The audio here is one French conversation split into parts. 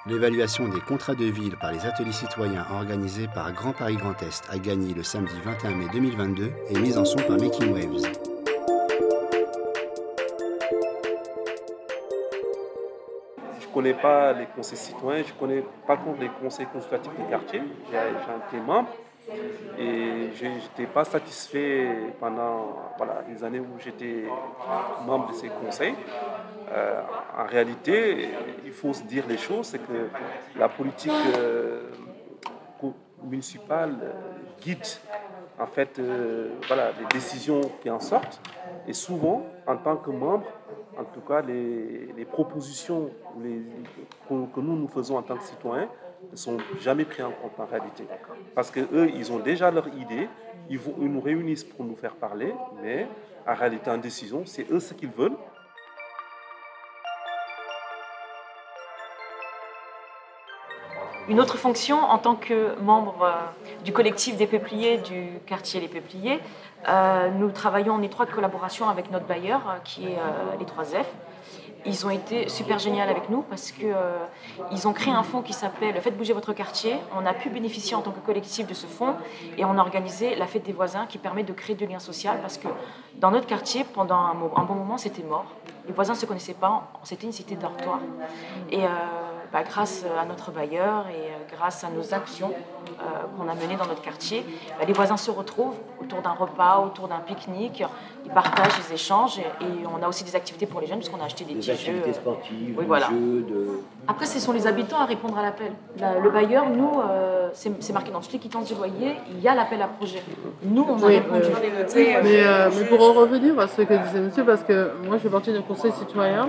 L'évaluation des contrats de ville par les ateliers citoyens organisés par Grand Paris Grand Est à Gagny le samedi 21 mai 2022 est mise en son par Making Waves. Je ne connais pas les conseils citoyens, je ne connais pas contre les conseils consultatifs des quartiers. J'ai été membre et je n'étais pas satisfait pendant les années où j'étais membre de ces conseils. En réalité, il faut se dire les choses, c'est que la politique municipale guide en fait les décisions qui en sortent. Et souvent, en tant que membre, en tout cas, les propositions que nous faisons en tant que citoyens ne sont jamais prises en compte en réalité. Parce qu'eux, ils ont déjà leur idée, ils nous réunissent pour nous faire parler, mais en réalité, en décision, c'est eux ce qu'ils veulent. Une autre fonction en tant que membre du collectif des peupliers du quartier Les Peupliers, nous travaillons en étroite collaboration avec notre bailleur qui est les 3F. Ils ont été super géniaux avec nous parce qu'ils ont créé un fonds qui s'appelle Faites bouger votre quartier. On a pu bénéficier en tant que collectif de ce fonds et on a organisé la fête des voisins qui permet de créer du lien social parce que dans notre quartier, pendant un bon moment, c'était mort. Les voisins ne se connaissaient pas, c'était une cité dortoir. Et grâce à notre bailleur et grâce à nos actions qu'on a menées dans notre quartier, les voisins se retrouvent autour d'un repas, autour d'un pique-nique, ils partagent, ils échangent et on a aussi des activités pour les jeunes puisqu'on a acheté des petits jeux. Des activités sportives, oui, voilà. Des jeux de... Après, ce sont les habitants à répondre à l'appel. Le bailleur, nous, c'est marqué dans toutes les quittances du loyer, il y a l'appel à projet. Nous, on a répondu. Mais pour en revenir à ce que disait monsieur, parce que moi, je fais partie d'un conseil citoyen.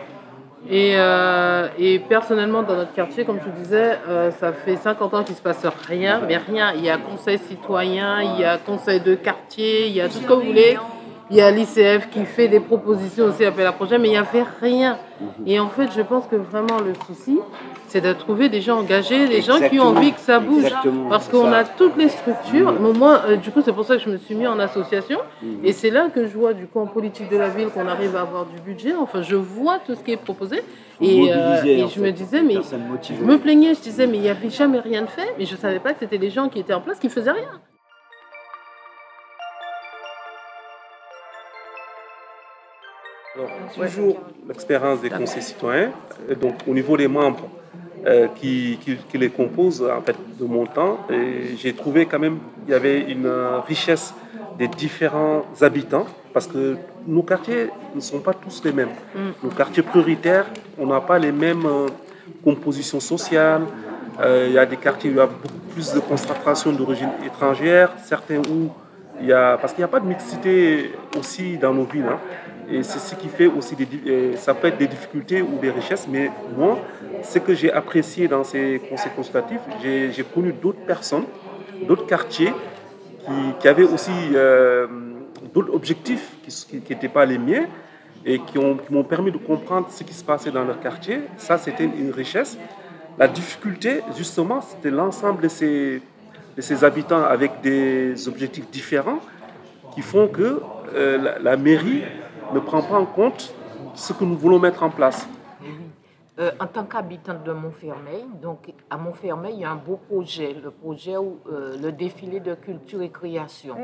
Et personnellement, dans notre quartier, comme je vous disais, ça fait 50 ans qu'il ne se passe rien, mais rien. Il y a conseil citoyen, il y a conseil de quartier, il y a tout ce que vous voulez. Il y a l'ICF qui fait des propositions aussi, appel à projet, mais il n'y avait rien. Et en fait, je pense que vraiment le souci, c'est de trouver des gens engagés, des gens qui ont envie que ça bouge. Parce qu'on a toutes les structures. Moi, du coup, c'est pour ça que je me suis mis en association. Et c'est là que je vois, du coup, en politique de la ville, qu'on arrive à avoir du budget. Enfin, je vois tout ce qui est proposé. Et je me disais, mais je me plaignais, je disais, mais il n'y avait jamais rien de fait. Mais je ne savais pas que c'était les gens qui étaient en place qui ne faisaient rien. Alors, toujours l'expérience des conseils citoyens, donc au niveau des membres qui les composent en fait de mon temps, et j'ai trouvé quand même qu'il y avait une richesse des différents habitants parce que nos quartiers ne sont pas tous les mêmes. Nos quartiers prioritaires, on n'a pas les mêmes compositions sociales. Il y a des quartiers où il y a beaucoup plus de concentration d'origine étrangère, certains où parce qu'il n'y a pas de mixité aussi dans nos villes. Et c'est ce qui fait aussi, ça peut être des difficultés ou des richesses, mais moi, ce que j'ai apprécié dans ces conseils consultatifs, j'ai connu d'autres personnes, d'autres quartiers qui avaient aussi d'autres objectifs qui n'étaient pas les miens et qui m'ont permis de comprendre ce qui se passait dans leur quartier. Ça, c'était une richesse. La difficulté, justement, c'était l'ensemble de ces habitants avec des objectifs différents qui font que la mairie ne prend pas en compte ce que nous voulons mettre en place. En tant qu'habitante de Montfermeil, donc à Montfermeil, il y a un beau projet, le projet où le défilé de culture et création.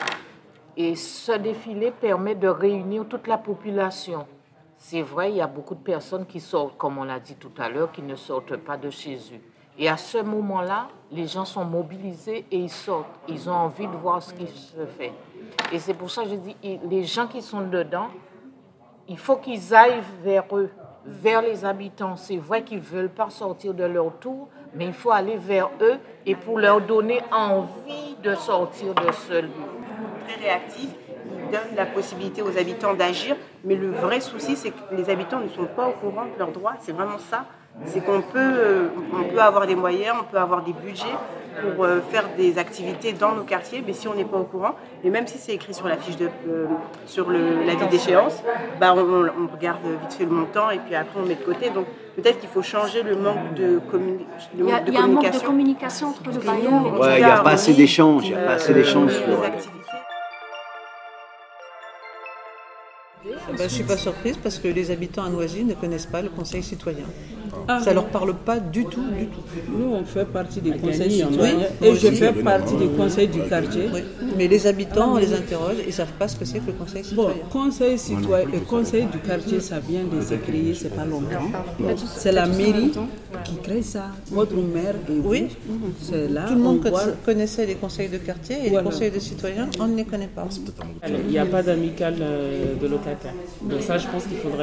Et ce défilé permet de réunir toute la population. C'est vrai, il y a beaucoup de personnes qui sortent, comme on l'a dit tout à l'heure, qui ne sortent pas de chez eux. Et à ce moment-là, les gens sont mobilisés et ils sortent. Ils ont envie de voir ce qui se fait. Et c'est pour ça que je dis, les gens qui sont dedans, il faut qu'ils aillent vers eux, vers les habitants. C'est vrai qu'ils ne veulent pas sortir de leur tour, mais il faut aller vers eux et pour leur donner envie de sortir de ce lieu. Très réactif, il donne la possibilité aux habitants d'agir, mais le vrai souci, c'est que les habitants ne sont pas au courant de leurs droits. C'est vraiment ça. C'est qu'on peut avoir des moyens, on peut avoir des budgets pour faire des activités dans nos quartiers, mais si on n'est pas au courant, et même si c'est écrit sur la fiche sur l'avis d'échéance, on regarde vite fait le montant et puis après on met de côté. Donc peut-être qu'il faut changer le manque de communication. Il y a un manque de communication entre le bailleur et il n'y a pas assez d'échanges. Il n'y a pas assez d'échanges. Je ne suis pas surprise parce que les habitants à Noisy ne connaissent pas le conseil citoyen. Ça ne leur parle pas du tout. Nous, on fait partie des conseils citoyens et je fais partie des conseils du quartier. Oui. Mais les habitants, on les interroge, ils ne savent pas ce que c'est que le conseil citoyen. Le conseil du quartier, ça vient de se créer, c'est pas longtemps. C'est la mairie qui crée ça. Votre maire et vous, c'est là. Tout le monde connaissait les conseils de quartier et les conseils de citoyens, on ne les connaît pas. Il n'y a pas d'amicale de locataires. Donc ça, je pense qu'il faudrait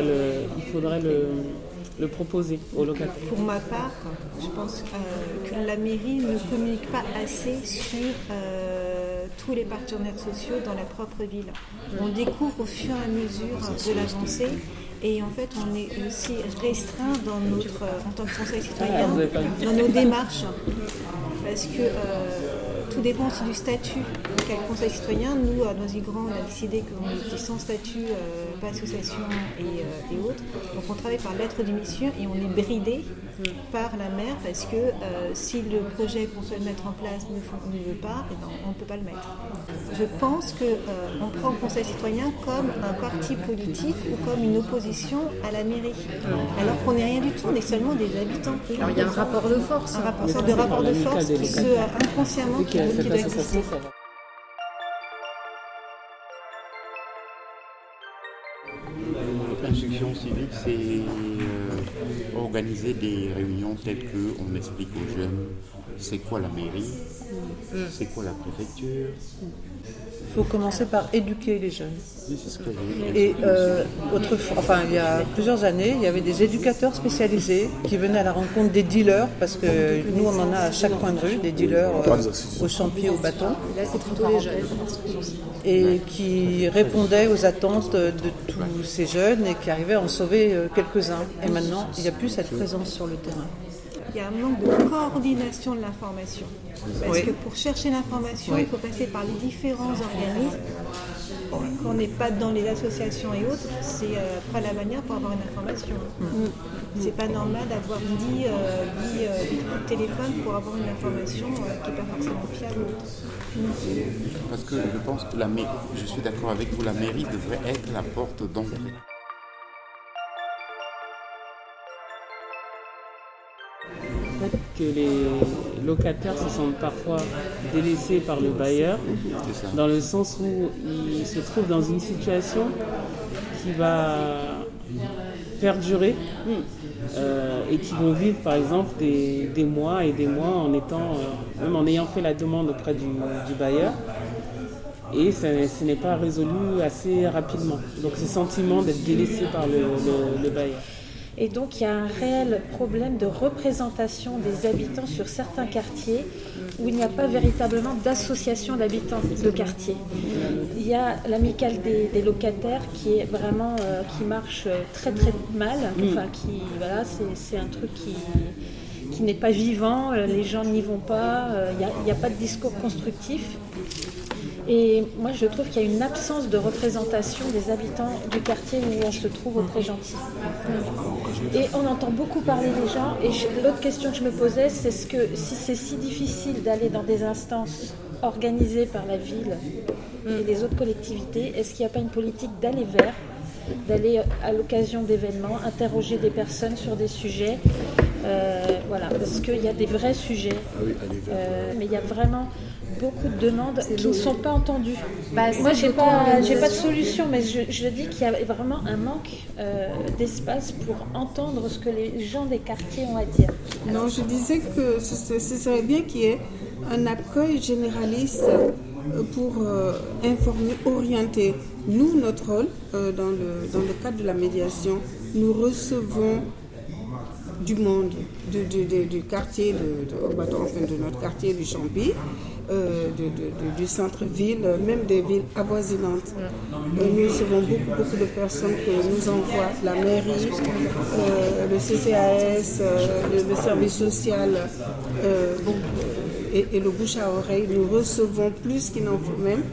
le proposer aux locataires. Pour ma part, je pense que la mairie ne communique pas assez sur tous les partenaires sociaux dans la propre ville. On découvre au fur et à mesure de l'avancée et en fait on est aussi restreint en tant que conseil citoyen dans nos démarches parce que tout dépend aussi du statut quel conseil citoyen. Nous, à Noisy-Grand, on a décidé qu'on était sans statut, pas association et autres. Donc on travaille par lettre de mission et on est bridé par la maire parce que si le projet qu'on souhaite mettre en place ne veut pas, on ne peut pas le mettre. Je pense qu'on prend le conseil citoyen comme un parti politique ou comme une opposition à la mairie. Alors qu'on n'est rien du tout, on est seulement des habitants. Alors il y a un rapport de force. Une sorte de rapport de force inconsciemment qui doit exister. L'instruction civique, c'est organiser des réunions telles qu'on explique aux jeunes c'est quoi la mairie, c'est quoi la préfecture. Il faut commencer par éduquer les jeunes. Oui, c'est ce que j'ai dit. Et autrefois, il y a plusieurs années, il y avait des éducateurs spécialisés qui venaient à la rencontre des dealers, parce que nous on en a à chaque coin de rue, des dealers au champier, au bâton. Là c'est plutôt les jeunes. Et qui répondaient aux attentes de tous ces jeunes et qui arrivaient à en sauver quelques-uns. Et maintenant, il n'y a plus cette présence sur le terrain. Il y a un manque de coordination de l'information. Parce que pour chercher l'information, il faut passer par les différents organismes. Quand on n'est pas dans les associations et autres, c'est pas la manière pour avoir une information. C'est pas normal d'avoir 10 coups de téléphone pour avoir une information qui n'est pas forcément fiable. Parce que je pense que je suis d'accord avec vous, la mairie devrait être la porte d'entrée. Que les locataires se sentent parfois délaissés par le bailleur, dans le sens où ils se trouvent dans une situation qui va perdurer et qui vont vivre par exemple des mois et des mois même en ayant fait la demande auprès du bailleur. Et ce n'est pas résolu assez rapidement. Donc ce sentiment d'être délaissé par le bailleur. Et donc il y a un réel problème de représentation des habitants sur certains quartiers où il n'y a pas véritablement d'association d'habitants de quartier. Il y a l'amicale des locataires qui est vraiment qui marche très très mal. Enfin c'est un truc qui n'est pas vivant, les gens n'y vont pas, il n'y a pas de discours constructif. Et moi, je trouve qu'il y a une absence de représentation des habitants du quartier où on se trouve au Très-Gentil. Et on entend beaucoup parler des gens. Et l'autre question que je me posais, c'est si c'est si difficile d'aller dans des instances organisées par la ville et les autres collectivités, est-ce qu'il n'y a pas une politique d'aller à l'occasion d'événements, interroger des personnes sur des sujets, parce qu'il y a des vrais sujets, mais il y a vraiment beaucoup de demandes qui ne sont pas entendues. Moi, j'ai pas de solution, mais je dis qu'il y a vraiment un manque d'espace pour entendre ce que les gens des quartiers ont à dire. Non, je disais que ce serait bien qu'il y ait un accueil généraliste pour informer, orienter. Nous, notre rôle, dans le cadre de la médiation, nous recevons du monde, du quartier, de notre quartier du Champy, du centre-ville, même des villes avoisinantes. Nous recevons beaucoup de personnes que nous envoie la mairie, le CCAS, le service social. et le bouche à oreille. Nous recevons plus qu'il n'en faut même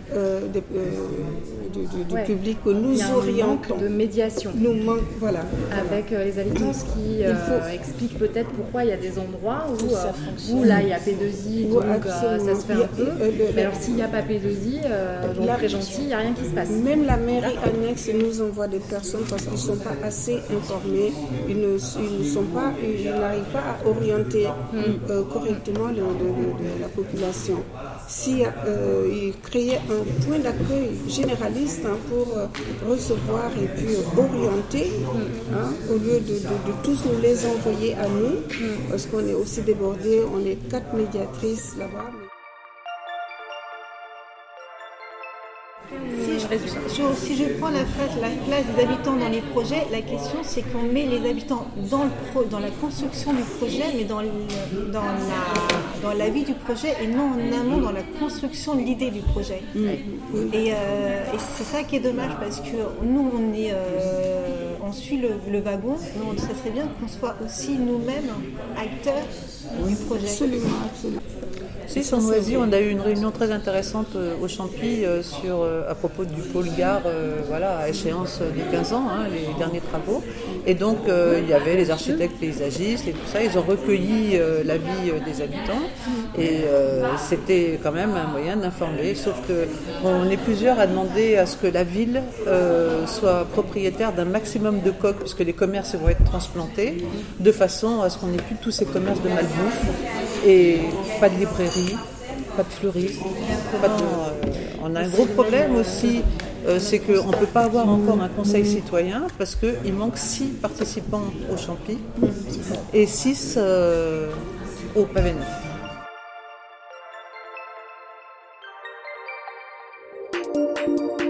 du public que nous orientons. Il y a un manque de médiation voilà. Avec les habitants, ce qui explique peut-être pourquoi il y a des endroits où là il y a P2I, donc ça se fait un peu. Mais alors s'il n'y a pas P2I, donc très gentil, il n'y a rien qui se passe. Même la mairie annexe nous envoie des personnes parce qu'ils ne sont pas assez informés, ils n'arrivent pas à orienter correctement la population. Si ils créaient un point d'accueil généraliste pour recevoir et puis orienter, au lieu de tous nous les envoyer à nous, parce qu'on est aussi débordés, on est 4 médiatrices là-bas. Si je prends la place des habitants dans les projets, la question c'est qu'on met les habitants dans la construction du projet, mais dans la vie du projet et non en amont dans la construction de l'idée du projet. Et c'est ça qui est dommage parce que nous on suit le wagon, donc ça serait bien qu'on soit aussi nous-mêmes acteurs du projet. Absolument. Si, sur Noisy, on a eu une réunion très intéressante au Champy à propos du pôle gare à échéance des 15 ans, les derniers travaux. Et donc, il y avait les architectes paysagistes et tout ça. Ils ont recueilli l'avis des habitants et c'était quand même un moyen d'informer. Sauf qu'on est plusieurs à demander à ce que la ville soit propriétaire d'un maximum de coques, puisque les commerces vont être transplantés, de façon à ce qu'on n'ait plus tous ces commerces de malbouffe et pas de librairie, pas de fleuriste. On a un gros problème aussi, c'est qu'on ne peut pas avoir encore un conseil citoyen parce qu'il manque 6 participants au Champy et 6 au Pavé Neuf.